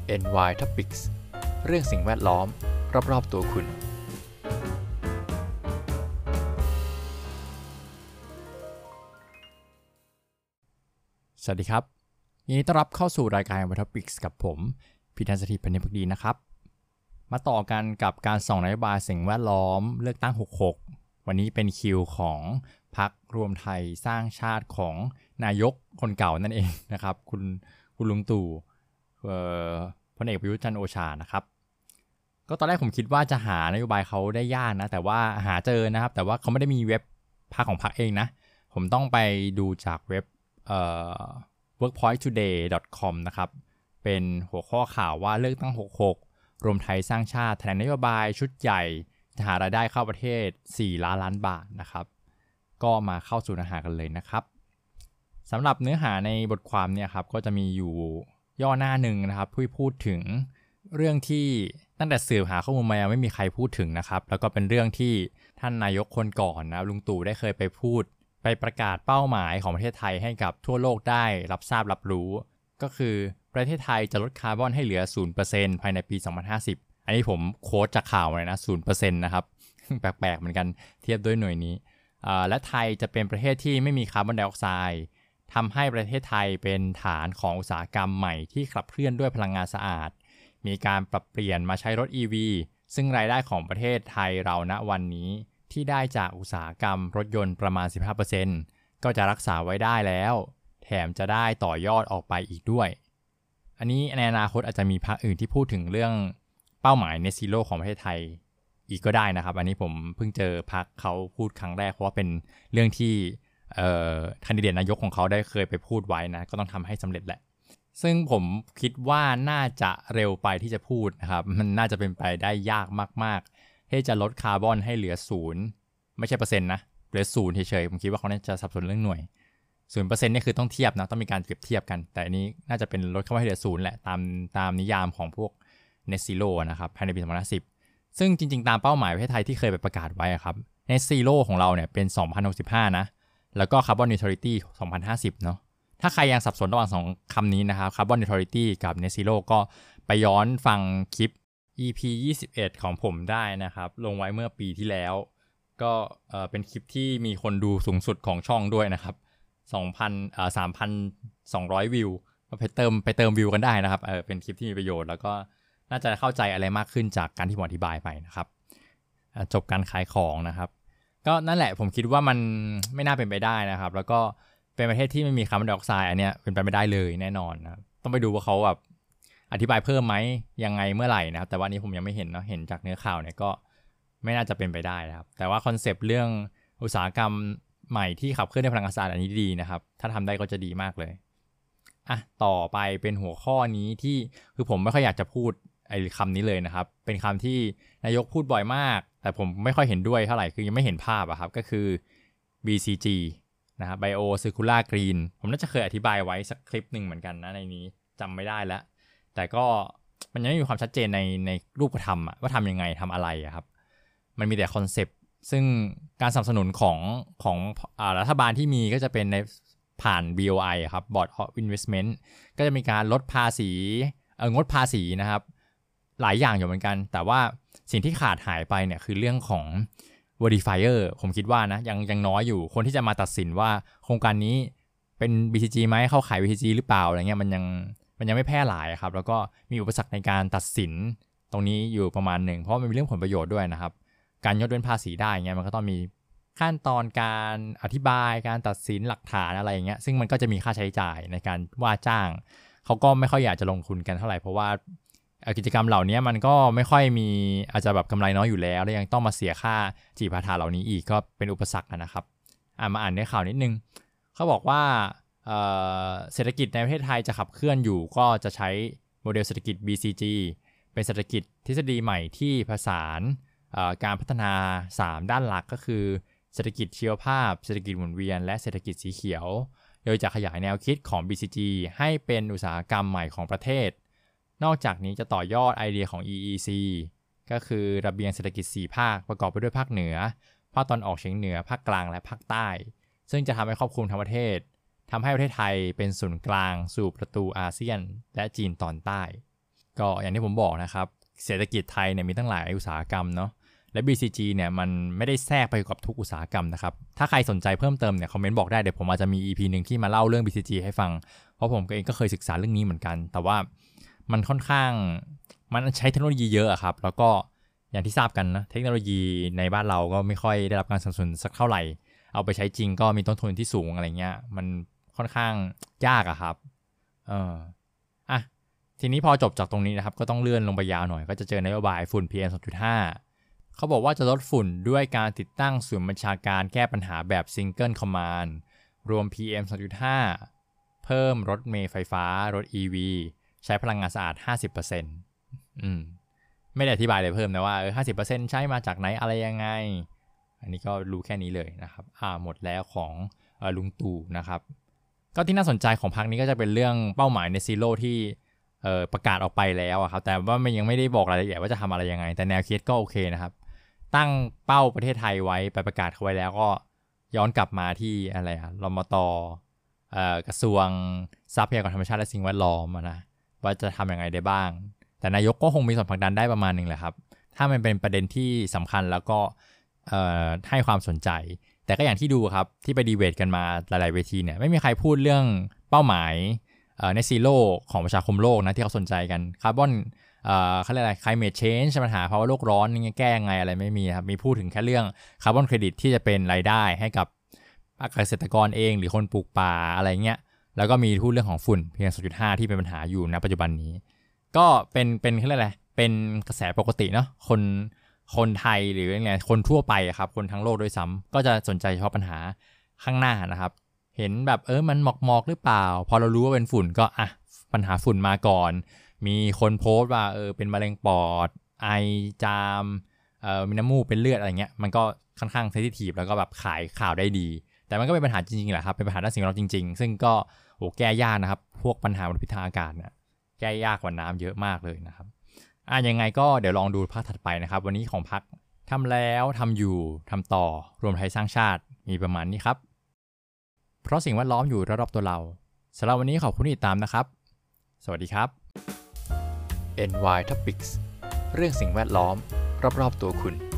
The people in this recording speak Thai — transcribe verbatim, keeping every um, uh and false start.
เอ็น วาย Topics เรื่องสิ่งแวดล้อมรอบๆตัวคุณสวัสดีครับยินดีต้อนรับเข้าสู่รายการ เอ็น วาย Topics กับผมพีทันสถิต พนิษฐ์ภักดีนะครับมาต่อกันกับการส่องนโยบายสิ่งแวดล้อมเลือกตั้งหกสิบหกวันนี้เป็นคิวของพรรครวมไทยสร้างชาติของนายกคนเก่านั่นเองนะครับคุณคุณลุงตู่เอ่อพลเอกประยุทธ์จันทร์โอชานะครับก็ตอนแรกผมคิดว่าจะหานโยบายเขาได้ยากนะแต่ว่าหาเจอนะครับแต่ว่าเขาไม่ได้มีเว็บพรรคของพรรคเองนะผมต้องไปดูจากเว็บเอ่อ เวิร์กพอยต์ทูเดย์ ดอท คอม นะครับเป็นหัวข้อข่าวว่าเลือกตั้งหกสิบหกรวมไทยสร้างชาติแถลงนโยบายชุดใหญ่จะหารายได้เข้าประเทศสี่ล้านล้านบาทนะครับก็มาเข้าสู่เนื้อหากันเลยนะครับสำหรับเนื้อหาในบทความเนี่ยครับก็จะมีอยู่ย่อหน้าหนึ่งนะครับที่พูดถึงเรื่องที่ตั้งแต่สืบหาข้อมูลมายังไม่มีใครพูดถึงนะครับแล้วก็เป็นเรื่องที่ท่านนายกคนก่อนนะลุงตู่ได้เคยไปพูดไปประกาศเป้าหมายของประเทศไทยให้กับทั่วโลกได้รับทราบรับรู้ก็คือประเทศไทยจะลดคาร์บอนให้เหลือ ศูนย์ เปอร์เซ็นต์ ภายในปีสองพันห้าสิบอันนี้ผมโค้ดจากข่าวเลยนะ ศูนย์ เปอร์เซ็นต์ นะครับ แปลกๆเหมือนกันเทียบด้วยหน่วยนี้และไทยจะเป็นประเทศที่ไม่มีคาร์บอนไดออกไซด์ทำให้ประเทศไทยเป็นฐานของอุตสาหกรรมใหม่ที่ขับเคลื่อนด้วยพลังงานสะอาดมีการปรับเปลี่ยนมาใช้รถ อี วี ซึ่งรายได้ของประเทศไทยเราณวันนี้ที่ได้จากอุตสาหกรรมรถยนต์ประมาณ สิบห้าเปอร์เซ็นต์ ก็จะรักษาไว้ได้แล้วแถมจะได้ต่อยอดออกไปอีกด้วยอันนี้ในอนาคตอาจจะมีพรรคอื่นที่พูดถึงเรื่องเป้าหมาย Net Zero ของประเทศไทยอีกก็ได้นะครับอันนี้ผมเพิ่งเจอพรรคเขาพูดครั้งแรกเพราะว่าเป็นเรื่องที่เอ่อแคนดิเดตนายกของเขาได้เคยไปพูดไว้นะก็ต้องทำให้สำเร็จแหละซึ่งผมคิดว่าน่าจะเร็วไปที่จะพูดนะครับมันน่าจะเป็นไปได้ยากมากๆที่จะลดคาร์บอนให้เหลือศูนย์ไม่ใช่เปอร์เซ็นต์นะเหลือศูนย์เฉยๆผมคิดว่าเขาน่าจะสับสนเรื่องหน่วย ศูนย์เปอร์เซ็นต์ นี่คือต้องเทียบนะต้องมีการเปรียบเทียบกันแต่อันนี้น่าจะเป็นลดคาร์บอนให้เหลือศูนย์แหละตามตามนิยามของพวก Net Zero นะครับภายในปีสองพันห้าสิบซึ่งจริงๆตามเป้าหมายประเทศไทยที่เคยไปประกาศไว้ครับ Net Zero ของเราเนี่ยเป็นสองพันหกสิบห้านะแล้วก็ Carbon Neutrality สองพันห้าสิบเนาะถ้าใครยังสับสนระหว่างสองคำนี้นะครับ Carbon Neutrality กับ Net Zero ก็ไปย้อนฟังคลิป อี พี ยี่สิบเอ็ดของผมได้นะครับลงไว้เมื่อปีที่แล้วก็เอ่อเป็นคลิปที่มีคนดูสูงสุดของช่องด้วยนะครับสองพันเอ่อ สามพันสองร้อย วิวไปเติมไปเติมวิวกันได้นะครับเออเป็นคลิปที่มีประโยชน์แล้วก็น่าจะเข้าใจอะไรมากขึ้นจากการที่ผมอธิบายไปนะครับจบการขายของนะครับก็นั่นแหละผมคิดว่ามันไม่น่าเป็นไปได้นะครับแล้วก็เป็นประเทศที่ไม่มีคาร์บอนไดออกไซด์อันเนี้ยเป็นไปไม่ได้เลยแน่นอนนะต้องไปดูว่าเขาแบบอธิบายเพิ่มไหมยังไงเมื่อไหร่นะครับแต่ว่านี้ผมยังไม่เห็นเนาะเห็นจากเนื้อข่าวเนี่ยก็ไม่น่าจะเป็นไปได้นะครับแต่ว่าคอนเซปต์เรื่องอุตสาหกรรมใหม่ที่ขับเคลื่อนด้วยพลังงานสะอาดอันนี้ดีนะครับถ้าทำได้ก็จะดีมากเลยอ่ะต่อไปเป็นหัวข้อนี้ที่คือผมไม่ค่อยอยากจะพูดไอ้คำนี้เลยนะครับเป็นคำที่นายกพูดบ่อยมากแต่ผมไม่ค่อยเห็นด้วยเท่าไหร่คือยังไม่เห็นภาพอะครับก็คือ บี ซี จี นะครับ Bio Circular Green ผมน่าจะเคยอธิบายไว้สักคลิปหนึ่งเหมือนกันนะในนี้จำไม่ได้แล้วแต่ก็มันยังไม่มีความชัดเจนในในรูปธรรมอะว่าทำยังไงทำอะไรอะครับมันมีแต่คอนเซปต์ซึ่งการสนับสนุนของของอ่ารัฐบาลที่มีก็จะเป็นในผ่าน บี โอ ไอ ครับ Board of Investment ก็จะมีการลดภาษีเอ่องดภาษีนะครับหลายอย่างอยู่เหมือนกันแต่ว่าสิ่งที่ขาดหายไปเนี่ยคือเรื่องของ verifier ผมคิดว่านะยังยังน้อยอยู่คนที่จะมาตัดสินว่าโครงการนี้เป็น บี ซี จี ไหมเข้าขาย บี ซี จี หรือเปล่าอะไรเงี้ยมันยังมันยังไม่แพร่หลายครับแล้วก็มีอุปสรรคในการตัดสินตรงนี้อยู่ประมาณหนึ่งเพราะมันมีเรื่องผลประโยชน์ด้วยนะครับการยกเว้นภาษีได้เงี้ยมันก็ต้องมีขั้นตอนการอธิบายการตัดสินหลักฐานอะไรอย่างเงี้ยซึ่งมันก็จะมีค่าใช้จ่ายในการว่าจ้างเขาก็ไม่ค่อยอยากจะลงทุนกันเท่าไหร่เพราะว่ากิจกรรมเหล่านี้มันก็ไม่ค่อยมีอาจจะแบบกำไรน้อยอยู่แล้วแล้วยังต้องมาเสียค่าจีปาถะเหล่านี้อีกก็เป็นอุปสรรคนะครับอ่ะมาอ่านในข่าวนิดนึงเขาบอกว่าเอ่อเศรษฐกิจในประเทศไทยจะขับเคลื่อนอยู่ก็จะใช้โมเดลเศรษฐกิจ บี ซี จี เป็นเศรษฐกิจทฤษฎีใหม่ที่ผสานการพัฒนาสามด้านหลักก็คือเศรษฐกิจชีวภาพเศรษฐกิจหมุนเวียนและเศรษฐกิจสีเขียวโดยจะขยายแนวคิดของ บี ซี จี ให้เป็นอุตสาหกรรมใหม่ของประเทศนอกจากนี้จะต่อยอดไอเดียของ อี อี ซี ก็คือระเบียงเศรษฐกิจสี่ภาคประกอบไปด้วยภาคเหนือภาคตอนออกเฉียงเหนือภาคกลางและภาคใต้ซึ่งจะทำให้ครอบคลุมทั้งประเทศทำให้ประเทศไทยเป็นศูนย์กลางสู่ประตูอาเซียนและจีนตอนใต้ก็อย่างที่ผมบอกนะครับเศรษฐกิจไทยเนี่ยมีตั้งหลายอุตสาหกรรมเนาะและ บี ซี จี เนี่ยมันไม่ได้แทรกไปกับทุกอุตสาหกรรมนะครับถ้าใครสนใจเพิ่มเติมเนี่ยคอมเมนต์บอกได้เดี๋ยวผมอาจจะมี อี พี นึงที่มาเล่าเรื่อง บี ซี จี ให้ฟังเพราะผมเองก็เคยศึกษาเรื่องนี้เหมือนกันแต่ว่ามันค่อนข้างมันใช้เทคโนโลยีเยอะครับแล้วก็อย่างที่ทราบกันนะเทคโนโลยีในบ้านเราก็ไม่ค่อยได้รับการสนับสนุนสักเท่าไหร่เอาไปใช้จริงก็มีต้นทุนที่สูงอะไรเงี้ยมันค่อนข้างยากอะครับเอออ่ะทีนี้พอจบจากตรงนี้นะครับก็ต้องเลื่อนลงไปยาวหน่อยก็จะเจอนโยบายฝุ่น พี เอ็ม สองจุดห้า เขาบอกว่าจะลดฝุ่นด้วยการติดตั้งศูนย์บัญชาการแก้ปัญหาแบบ Single Command รวม พี เอ็ม สองจุดห้า เพิ่มรถเมล์ไฟฟ้ารถ อี วี ใช้พลังงานสะอาด ห้าสิบเปอร์เซ็นต์ อืมไม่ได้อธิบายเลยเพิ่มนะว่าเออ ห้าสิบเปอร์เซ็นต์ ใช้มาจากไหนอะไรยังไงอันนี้ก็รู้แค่นี้เลยนะครับอ่าหมดแล้วของเอ่อลุงตู่นะครับก็ที่น่าสนใจของพรรคนี้ก็จะเป็นเรื่องเป้าหมาย Net Zero ที่เอ่อประกาศออกไปแล้วครับแต่ว่ามันยังไม่ได้บอกรายละเอียดว่าจะทำอะไรยังไงแต่แนวคิดก็โอเคนะครับตั้งเป้าประเทศไทยไว้ไปประกาศเขาไว้แล้วก็ย้อนกลับมาที่อะไรอะรมต.เอ่อกระทรวงทรัพยากรธรรมชาติและสิ่งแวดล้อมนะว่าจะทำยังไงได้บ้างแต่นายกก็คงมีส่วนผลักดันได้ประมาณนึงแหละครับถ้ามันเป็นประเด็นที่สำคัญแล้วก็ให้ความสนใจแต่ก็อย่างที่ดูครับที่ไปดีเบตกันมาหลายๆเวทีเนี่ยไม่มีใครพูดเรื่องเป้าหมายเอ่อ Net Zero ของประชาคมโลกนะที่เขาสนใจกันคาร์บอนเอ่อเขาเรียกอะไร climate change ปัญหาภาวะโลกร้อนนี่แก้ยังไงอะไรไม่มีครับมีพูดถึงแค่เรื่องคาร์บอนเครดิตที่จะเป็นรายได้ให้กับเกษตรกรเองหรือคนปลูกป่าอะไรเงี้ยแล้วก็มีพูดเรื่องของฝุ่น พี เอ็ม สองจุดห้า ที่เป็นปัญหาอยู่ณปัจจุบันนี้ก็เป็นเป็นเขาเรียกอะไรเป็นกระแสปกติเนาะคนคนไทยหรือไงคนทั่วไปครับคนทั้งโลกด้วยซ้ำก็จะสนใจเฉพาะปัญหาข้างหน้านะครับเห็นแบบเออมันหมอกหมอกหรือเปล่าพอเรารู้ว่าเป็นฝุ่นก็อ่ะปัญหาฝุ่นมาก่อนมีคนโพสต์ว่าเออเป็นมะเร็งปอดไอจามเอ่อมีน้ำมูกเป็นเลือดอะไรเงี้ยมันก็ค่อนข้างเซนซิทีฟแล้วก็แบบขายข่าวได้ดีแต่มันก็เป็นปัญหาจริงๆแหละครับเป็นปัญหาด้านสิ่งแวดล้อมจริงๆซึ่งก็โหแก้ยากนะครับพวกปัญหามลพิษทางอากาศเนี่ยแก้ยากกว่าน้ำเยอะมากเลยนะครับอ่ะยังไงก็เดี๋ยวลองดูภาคถัดไปนะครับวันนี้ของพรรคทำแล้วทำอยู่ทำต่อรวมไทยสร้างชาติมีประมาณนี้ครับเพราะสิ่งแวดล้อมอยู่รอบๆตัวเราสำหรับวันนี้ขอบคุณที่ติดตามนะครับสวัสดีครับ เอ็น วาย Topics เรื่องสิ่งแวดล้อมรอบๆตัวคุณ